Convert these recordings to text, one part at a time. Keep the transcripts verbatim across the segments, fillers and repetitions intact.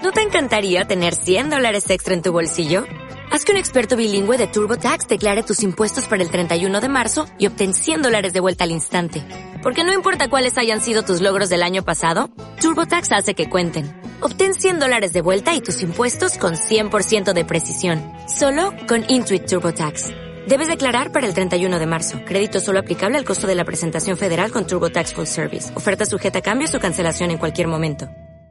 ¿No te encantaría tener cien dólares extra en tu bolsillo? Haz que un experto bilingüe de TurboTax declare tus impuestos para el treinta y uno de marzo y obtén cien dólares de vuelta al instante. Porque no importa cuáles hayan sido tus logros del año pasado, TurboTax hace que cuenten. Obtén cien dólares de vuelta y tus impuestos con cien por ciento de precisión. Solo con Intuit TurboTax. Debes declarar para el treinta y uno de marzo. Crédito solo aplicable al costo de la presentación federal con TurboTax Full Service. Oferta sujeta a cambios o cancelación en cualquier momento.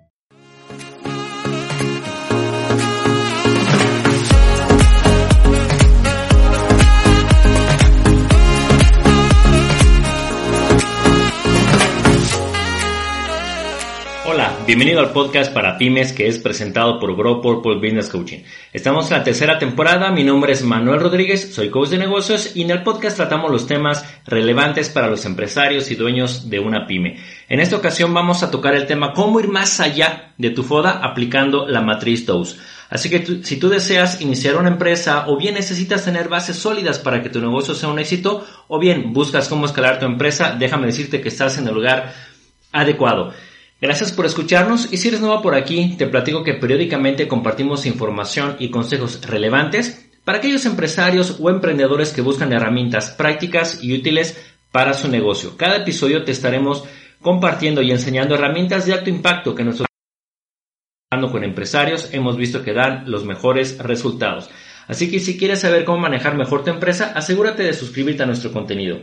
Hola, bienvenido al podcast para pymes que es presentado por Grow Purple Business Coaching. Estamos en la tercera temporada, mi nombre es Manuel Rodríguez, soy coach de negocios y en el podcast tratamos los temas relevantes para los empresarios y dueños de una pyme. En esta ocasión vamos a tocar el tema cómo ir más allá de tu FODA aplicando la matriz T O W S. Así que tú, si tú deseas iniciar una empresa o bien necesitas tener bases sólidas para que tu negocio sea un éxito o bien buscas cómo escalar tu empresa, déjame decirte que estás en el lugar adecuado. Gracias por escucharnos y si eres nuevo por aquí, te platico que periódicamente compartimos información y consejos relevantes para aquellos empresarios o emprendedores que buscan herramientas prácticas y útiles para su negocio. Cada episodio te estaremos compartiendo y enseñando herramientas de alto impacto que nosotros con empresarios hemos visto que dan los mejores resultados. Así que si quieres saber cómo manejar mejor tu empresa, asegúrate de suscribirte a nuestro contenido.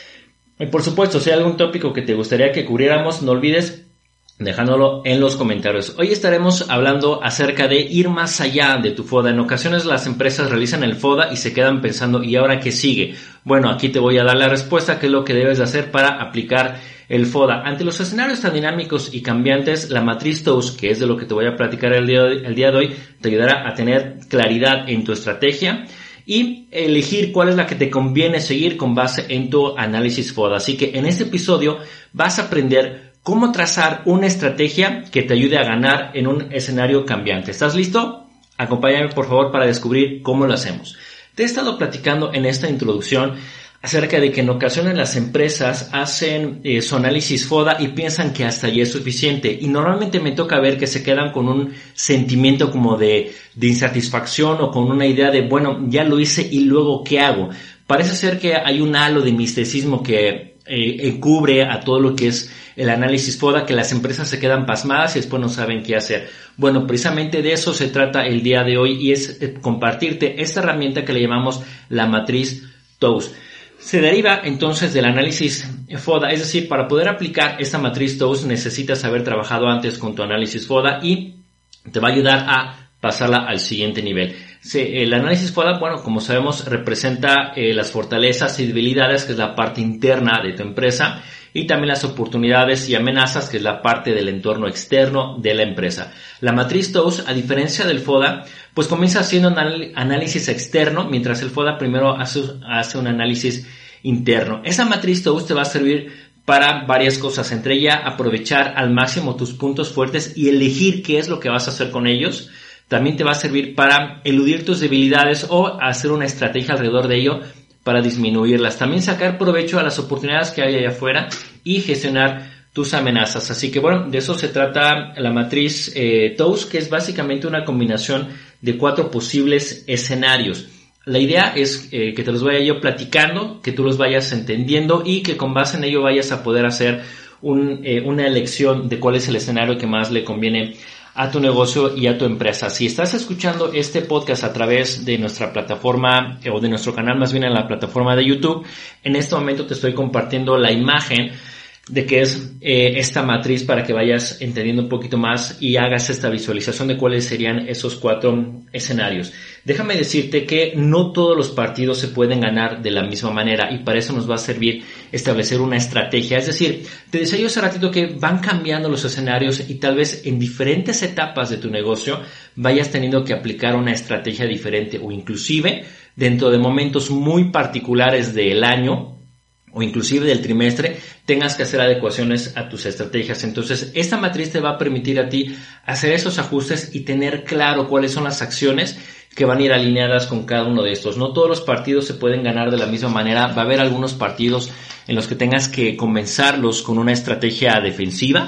Y por supuesto, si hay algún tópico que te gustaría que cubriéramos, no olvides dejándolo en los comentarios. Hoy estaremos hablando acerca de ir más allá de tu FODA. En ocasiones las empresas realizan el FODA y se quedan pensando, ¿y ahora qué sigue? Bueno, aquí te voy a dar la respuesta, qué es lo que debes de hacer para aplicar el FODA. Ante los escenarios tan dinámicos y cambiantes, la matriz T O W S, que es de lo que te voy a platicar el día de, el día de hoy, te ayudará a tener claridad en tu estrategia y elegir cuál es la que te conviene seguir con base en tu análisis FODA. Así que en este episodio vas a aprender cómo trazar una estrategia que te ayude a ganar en un escenario cambiante. ¿Estás listo? Acompáñame por favor para descubrir cómo lo hacemos. Te he estado platicando en esta introducción acerca de que en ocasiones las empresas hacen eh, su análisis FODA y piensan que hasta allí es suficiente. Y normalmente me toca ver que se quedan con un sentimiento como de, de insatisfacción o con una idea de, bueno, ya lo hice y luego ¿qué hago? Parece ser que hay un halo de misticismo que Eh, cubre a todo lo que es el análisis FODA, que las empresas se quedan pasmadas y después no saben qué hacer. Bueno, precisamente de eso se trata el día de hoy y es eh, compartirte esta herramienta que le llamamos la matriz T O W S. Se deriva entonces del análisis FODA, es decir, para poder aplicar esta matriz T O W S necesitas haber trabajado antes con tu análisis FODA y te va a ayudar a pasarla al siguiente nivel. El análisis FODA, bueno, como sabemos, representa eh, las fortalezas y debilidades, que es la parte interna de tu empresa, y también las oportunidades y amenazas, que es la parte del entorno externo de la empresa. La matriz T O W S, a diferencia del FODA, pues comienza haciendo un análisis externo, mientras el FODA primero hace, hace un análisis interno. Esa matriz T O W S te va a servir para varias cosas, entre ellas aprovechar al máximo tus puntos fuertes y elegir qué es lo que vas a hacer con ellos. También te va a servir para eludir tus debilidades o hacer una estrategia alrededor de ello para disminuirlas. También sacar provecho a las oportunidades que hay allá afuera y gestionar tus amenazas. Así que bueno, de eso se trata la matriz eh, T O W S, que es básicamente una combinación de cuatro posibles escenarios. La idea es eh, que te los vaya yo platicando, que tú los vayas entendiendo y que con base en ello vayas a poder hacer un, eh, una elección de cuál es el escenario que más le conviene a tu negocio y a tu empresa. Si estás escuchando este podcast a través de nuestra plataforma o de nuestro canal, más bien en la plataforma de YouTube, en este momento te estoy compartiendo la imagen de qué es eh, esta matriz para que vayas entendiendo un poquito más y hagas esta visualización de cuáles serían esos cuatro escenarios. Déjame decirte que no todos los partidos se pueden ganar de la misma manera y para eso nos va a servir establecer una estrategia. Es decir, te decía yo hace ratito que van cambiando los escenarios y tal vez en diferentes etapas de tu negocio vayas teniendo que aplicar una estrategia diferente o inclusive dentro de momentos muy particulares del año o inclusive del trimestre, tengas que hacer adecuaciones a tus estrategias. Entonces, esta matriz te va a permitir a ti hacer esos ajustes y tener claro cuáles son las acciones que van a ir alineadas con cada uno de estos. No todos los partidos se pueden ganar de la misma manera. Va a haber algunos partidos en los que tengas que comenzarlos con una estrategia defensiva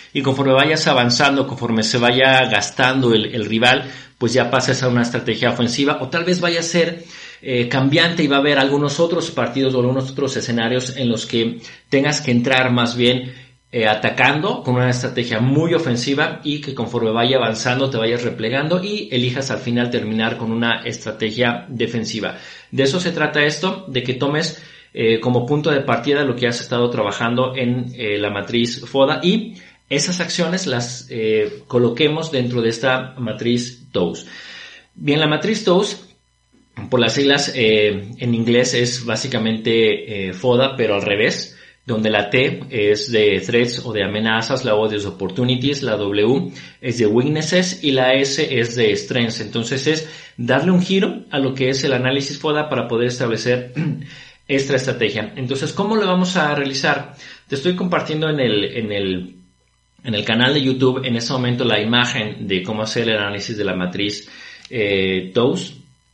y conforme vayas avanzando, conforme se vaya gastando el, el rival, pues ya pases a una estrategia ofensiva, o tal vez vaya a ser eh, cambiante y va a haber algunos otros partidos o algunos otros escenarios en los que tengas que entrar más bien eh, atacando con una estrategia muy ofensiva y que conforme vaya avanzando te vayas replegando y elijas al final terminar con una estrategia defensiva. De eso se trata esto, de que tomes eh, como punto de partida lo que has estado trabajando en eh, la matriz FODA y esas acciones las eh, coloquemos dentro de esta matriz T O W S. Bien, la matriz T O W S, por las siglas eh, en inglés, es básicamente eh, FODA, pero al revés, donde la T es de threats o de amenazas, la O es de opportunities, la W es de weaknesses y la S es de strengths. Entonces es darle un giro a lo que es el análisis FODA para poder establecer esta estrategia. Entonces, ¿cómo lo vamos a realizar? Te estoy compartiendo en el, en el En el canal de YouTube en este momento la imagen de cómo hacer el análisis de la matriz eh, T O W S,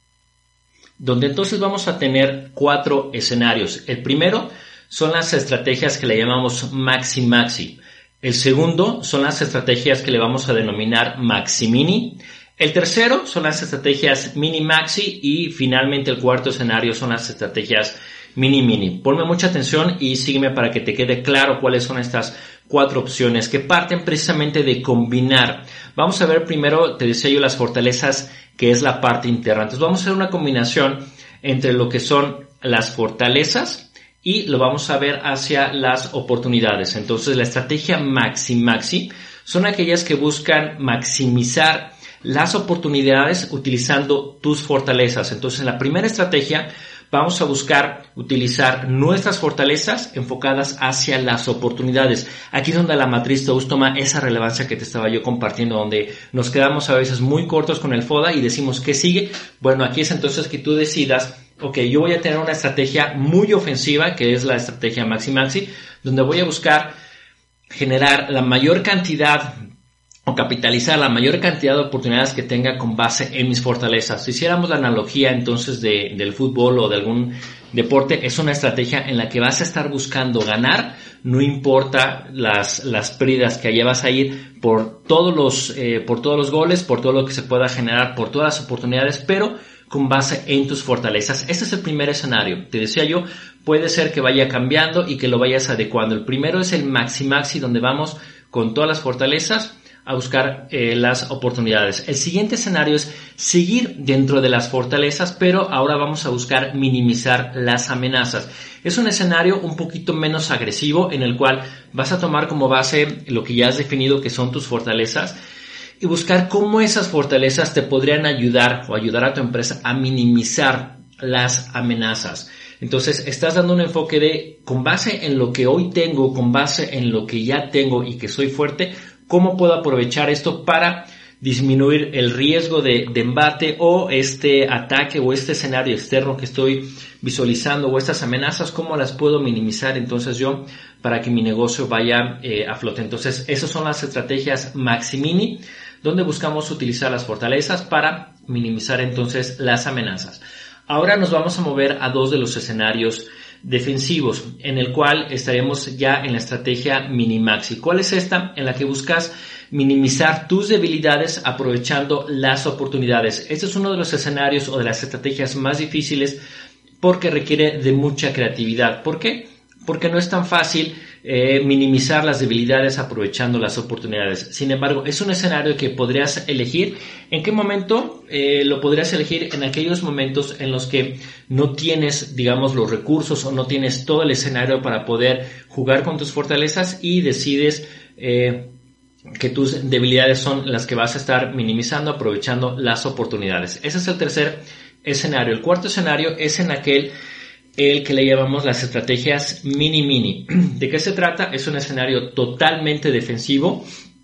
donde entonces vamos a tener cuatro escenarios. El primero son las estrategias que le llamamos maxi-maxi. El segundo son las estrategias que le vamos a denominar maxi-mini. El tercero son las estrategias mini-maxi y finalmente el cuarto escenario son las estrategias mini-mini. Ponme mucha atención y sígueme para que te quede claro cuáles son estas cuatro opciones que parten precisamente de combinar. Vamos a ver primero, te decía yo, las fortalezas, que es la parte interna. Entonces vamos a hacer una combinación entre lo que son las fortalezas y lo vamos a ver hacia las oportunidades. Entonces la estrategia maxi-maxi son aquellas que buscan maximizar las oportunidades utilizando tus fortalezas. Entonces en la primera estrategia vamos a buscar utilizar nuestras fortalezas enfocadas hacia las oportunidades. Aquí es donde la matriz T O W S toma esa relevancia que te estaba yo compartiendo, donde nos quedamos a veces muy cortos con el FODA y decimos ¿qué sigue? Bueno, aquí es entonces que tú decidas, ok, yo voy a tener una estrategia muy ofensiva, que es la estrategia maxi-maxi, donde voy a buscar generar la mayor cantidad o capitalizar la mayor cantidad de oportunidades que tenga con base en mis fortalezas. Si hiciéramos la analogía entonces de, del fútbol o de algún deporte, es una estrategia en la que vas a estar buscando ganar, no importa las, las pérdidas, que allá vas a ir por todos los, eh, por todos los goles, por todo lo que se pueda generar, por todas las oportunidades, pero con base en tus fortalezas. Este es el primer escenario. Te decía yo, puede ser que vaya cambiando y que lo vayas adecuando. El primero es el maxi-maxi, donde vamos con todas las fortalezas a buscar eh, las oportunidades. El siguiente escenario es seguir dentro de las fortalezas, pero ahora vamos a buscar minimizar las amenazas. Es un escenario un poquito menos agresivo, en el cual vas a tomar como base lo que ya has definido que son tus fortalezas y buscar cómo esas fortalezas te podrían ayudar o ayudar a tu empresa a minimizar las amenazas. Entonces estás dando un enfoque de, con base en lo que hoy tengo, con base en lo que ya tengo y que soy fuerte, ¿cómo puedo aprovechar esto para disminuir el riesgo de, de embate o este ataque o este escenario externo que estoy visualizando o estas amenazas? ¿Cómo las puedo minimizar entonces yo para que mi negocio vaya eh, a flote? Entonces esas son las estrategias maxi-mini, donde buscamos utilizar las fortalezas para minimizar entonces las amenazas. Ahora nos vamos a mover a dos de los escenarios defensivos, en el cual estaremos ya en la estrategia mini-maxi. ¿Cuál es esta? En la que buscas minimizar tus debilidades aprovechando las oportunidades. Este es uno de los escenarios o de las estrategias más difíciles porque requiere de mucha creatividad. ¿Por qué? Porque no es tan fácil eh, minimizar las debilidades aprovechando las oportunidades. Sin embargo, es un escenario que podrías elegir. ¿En qué momento? Eh, lo podrías elegir en aquellos momentos en los que no tienes, digamos, los recursos o no tienes todo el escenario para poder jugar con tus fortalezas y decides eh, que tus debilidades son las que vas a estar minimizando aprovechando las oportunidades. Ese es el tercer escenario. El cuarto escenario es en aquel el que le llamamos las estrategias mini-mini. ¿De qué se trata? Es un escenario totalmente defensivo.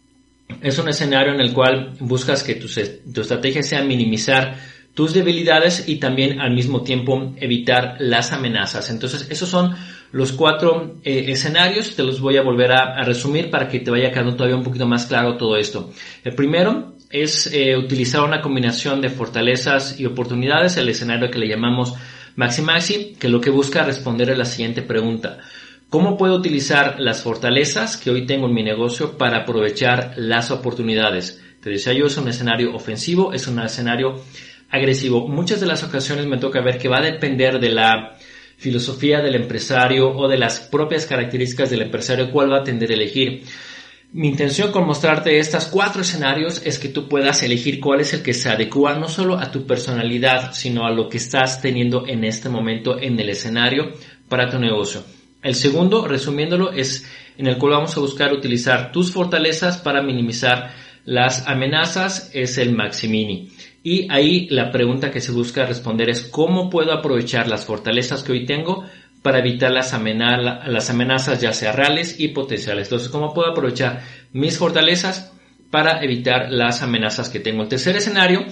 Es un escenario en el cual buscas que tu, tu estrategia sea minimizar tus debilidades y también al mismo tiempo evitar las amenazas. Entonces, esos son los cuatro eh, escenarios. Te los voy a volver a, a resumir para que te vaya quedando todavía un poquito más claro todo esto. El primero es eh, utilizar una combinación de fortalezas y oportunidades, el escenario que le llamamos maxi-maxi, que lo que busca responder es la siguiente pregunta: ¿Cómo puedo utilizar las fortalezas que hoy tengo en mi negocio para aprovechar las oportunidades? Te decía yo, es un escenario ofensivo, es un escenario agresivo. Muchas de las ocasiones me toca ver que va a depender de la filosofía del empresario o de las propias características del empresario cuál va a tender a elegir. Mi intención con mostrarte estos cuatro escenarios es que tú puedas elegir cuál es el que se adecua no solo a tu personalidad, sino a lo que estás teniendo en este momento en el escenario para tu negocio. El segundo, resumiéndolo, es en el cual vamos a buscar utilizar tus fortalezas para minimizar las amenazas, es el Maximini. Y ahí la pregunta que se busca responder es ¿cómo puedo aprovechar las fortalezas que hoy tengo para evitar las, amena- las amenazas ya sea reales y potenciales? Entonces, ¿cómo puedo aprovechar mis fortalezas para evitar las amenazas que tengo? El tercer escenario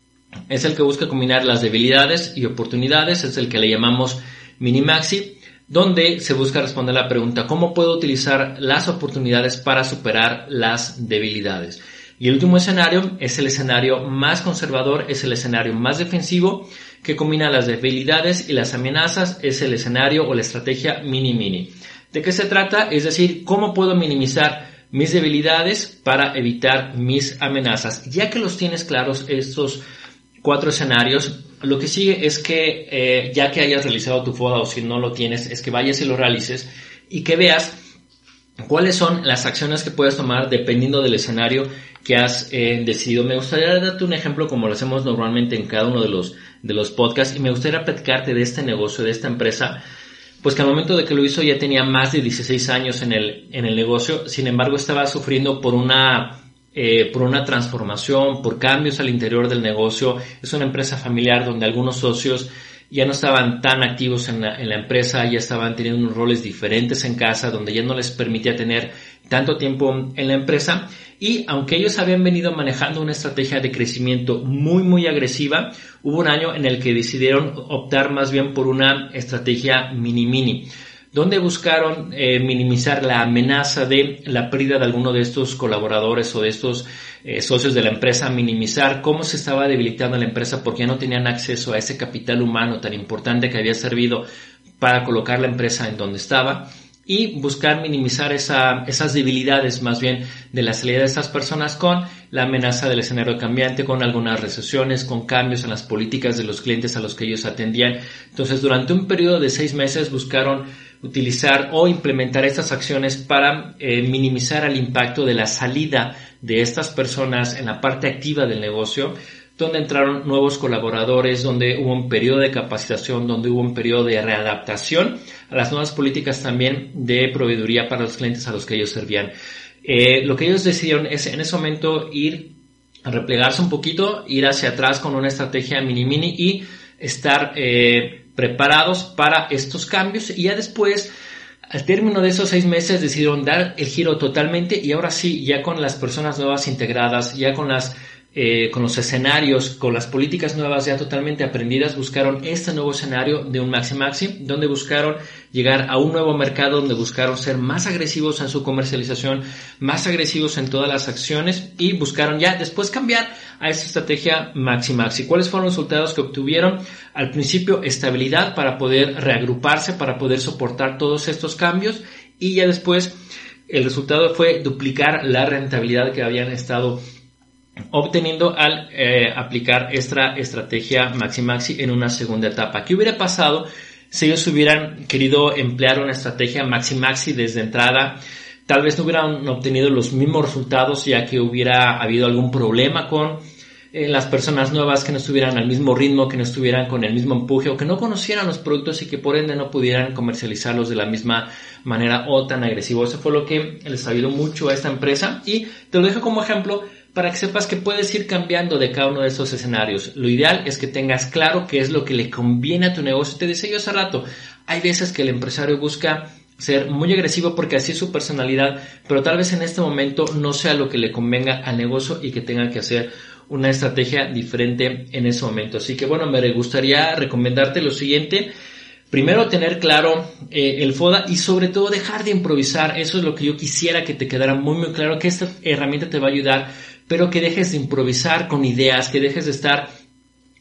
es el que busca combinar las debilidades y oportunidades, es el que le llamamos Mini-Maxi, donde se busca responder la pregunta ¿cómo puedo utilizar las oportunidades para superar las debilidades? Y el último escenario es el escenario más conservador, es el escenario más defensivo que combina las debilidades y las amenazas, es el escenario o la estrategia mini-mini. ¿De qué se trata? Es decir, ¿cómo puedo minimizar mis debilidades para evitar mis amenazas? Ya que los tienes claros estos cuatro escenarios, lo que sigue es que eh, ya que hayas realizado tu FODA o si no lo tienes, es que vayas y lo realices y que veas cuáles son las acciones que puedes tomar dependiendo del escenario que has eh, decidido. Me gustaría darte un ejemplo como lo hacemos normalmente en cada uno de los, de los podcasts y me gustaría platicarte de este negocio, de esta empresa, pues que al momento de que lo hizo ya tenía más de dieciséis años en el, en el negocio, sin embargo estaba sufriendo por una... Eh, por una transformación, por cambios al interior del negocio. Es una empresa familiar donde algunos socios ya no estaban tan activos en la, en la empresa, ya estaban teniendo unos roles diferentes en casa, donde ya no les permitía tener tanto tiempo en la empresa. Y aunque ellos habían venido manejando una estrategia de crecimiento muy, muy agresiva, hubo un año en el que decidieron optar más bien por una estrategia mini-mini, donde buscaron eh, minimizar la amenaza de la pérdida de alguno de estos colaboradores o de estos eh, socios de la empresa, minimizar cómo se estaba debilitando la empresa porque ya no tenían acceso a ese capital humano tan importante que había servido para colocar la empresa en donde estaba y buscar minimizar esa, esas debilidades más bien de la salida de estas personas con la amenaza del escenario cambiante, con algunas recesiones, con cambios en las políticas de los clientes a los que ellos atendían. Entonces, durante un periodo de seis meses buscaron utilizar o implementar estas acciones para eh, minimizar el impacto de la salida de estas personas en la parte activa del negocio, donde entraron nuevos colaboradores, donde hubo un periodo de capacitación, donde hubo un periodo de readaptación a las nuevas políticas también de proveeduría para los clientes a los que ellos servían. Eh, lo que ellos decidieron es en ese momento ir a replegarse un poquito, ir hacia atrás con una estrategia mini-mini y estar eh, preparados para estos cambios y ya después, al término de esos seis meses, decidieron dar el giro totalmente y ahora sí, ya con las personas nuevas integradas, ya con las eh, con los escenarios, con las políticas nuevas ya totalmente aprendidas, buscaron este nuevo escenario de un Maxi-Maxi, donde buscaron llegar a un nuevo mercado, donde buscaron ser más agresivos en su comercialización, más agresivos en todas las acciones y buscaron ya después cambiar a esta estrategia Maxi-Maxi. ¿Cuáles fueron los resultados que obtuvieron? Al principio, estabilidad para poder reagruparse, para poder soportar todos estos cambios y ya después el resultado fue duplicar la rentabilidad que habían estado obteniendo al eh, aplicar esta estrategia Maxi-Maxi en una segunda etapa. ¿Qué hubiera pasado si ellos hubieran querido emplear una estrategia Maxi-Maxi desde entrada? Tal vez no hubieran obtenido los mismos resultados, ya que hubiera habido algún problema con eh, las personas nuevas que no estuvieran al mismo ritmo, que no estuvieran con el mismo empuje o que no conocieran los productos y que por ende no pudieran comercializarlos de la misma manera o tan agresivo. Eso fue lo que les ayudó mucho a esta empresa y te lo dejo como ejemplo para que sepas que puedes ir cambiando de cada uno de estos escenarios. Lo ideal es que tengas claro qué es lo que le conviene a tu negocio. Te decía yo hace rato, hay veces que el empresario busca ser muy agresivo porque así es su personalidad, pero tal vez en este momento no sea lo que le convenga al negocio y que tenga que hacer una estrategia diferente en ese momento. Así que bueno, me gustaría recomendarte lo siguiente. Primero, tener claro eh, el FODA y sobre todo dejar de improvisar. Eso es lo que yo quisiera que te quedara muy muy claro, que esta herramienta te va a ayudar, pero que dejes de improvisar con ideas, que dejes de estar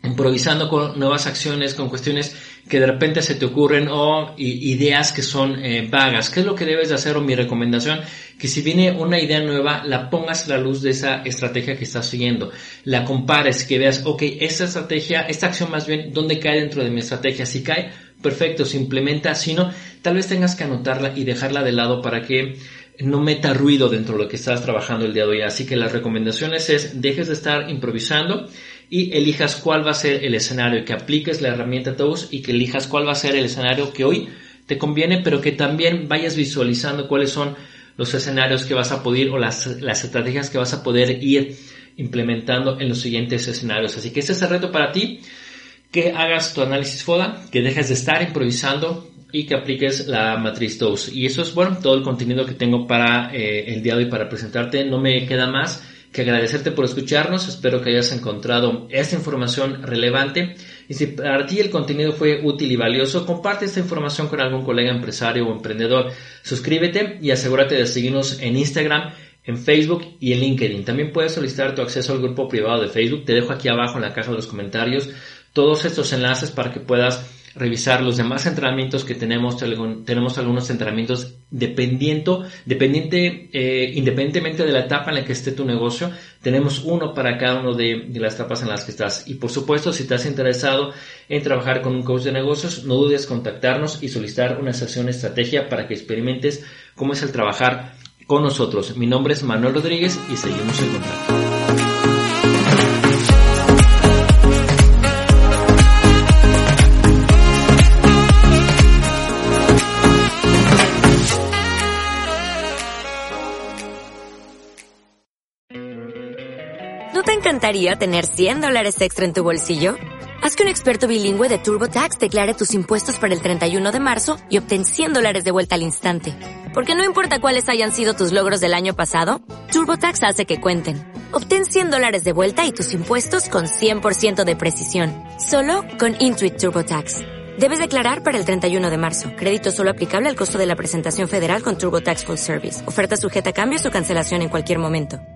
improvisando con nuevas acciones, con cuestiones que de repente se te ocurren o i- ideas que son eh, vagas. ¿Qué es lo que debes de hacer? O mi recomendación, que si viene una idea nueva, la pongas a la luz de esa estrategia que estás siguiendo. La compares, que veas, ok, esta estrategia, esta acción más bien, ¿dónde cae dentro de mi estrategia? Si cae, perfecto, se implementa. Si no, tal vez tengas que anotarla y dejarla de lado para que no meta ruido dentro de lo que estás trabajando el día de hoy. Así que las recomendaciones es, dejes de estar improvisando y elijas cuál va a ser el escenario, que apliques la herramienta Toast y que elijas cuál va a ser el escenario que hoy te conviene, pero que también vayas visualizando cuáles son los escenarios que vas a poder o las, las estrategias que vas a poder ir implementando en los siguientes escenarios. Así que este es el reto para ti, que hagas tu análisis FODA, que dejes de estar improvisando y que apliques la matriz Toast. Y eso es, bueno, todo el contenido que tengo para eh, el día de hoy para presentarte. No me queda más que agradecerte por escucharnos. Espero que hayas encontrado esta información relevante. Y si para ti el contenido fue útil y valioso, comparte esta información con algún colega empresario o emprendedor. Suscríbete y asegúrate de seguirnos en Instagram, en Facebook y en LinkedIn. También puedes solicitar tu acceso al grupo privado de Facebook. Te dejo aquí abajo en la caja de los comentarios todos estos enlaces para que puedas revisar los demás entrenamientos que tenemos. Tenemos algunos entrenamientos dependiendo, dependiente, eh, independientemente de la etapa en la que esté tu negocio. Tenemos uno para cada una de, de las etapas en las que estás. Y por supuesto, si estás interesado en trabajar con un coach de negocios, no dudes en contactarnos y solicitar una sesión de estrategia para que experimentes cómo es el trabajar con nosotros. Mi nombre es Manuel Rodríguez y seguimos en contacto. ¿No te encantaría tener cien dólares extra en tu bolsillo? Haz que un experto bilingüe de TurboTax declare tus impuestos para el treinta y uno de marzo y obtén cien dólares de vuelta al instante. Porque no importa cuáles hayan sido tus logros del año pasado, TurboTax hace que cuenten. Obtén cien dólares de vuelta y tus impuestos con cien por ciento de precisión. Solo con Intuit TurboTax. Debes declarar para el treinta y uno de marzo. Crédito solo aplicable al costo de la presentación federal con TurboTax Full Service. Oferta sujeta a cambios o cancelación en cualquier momento.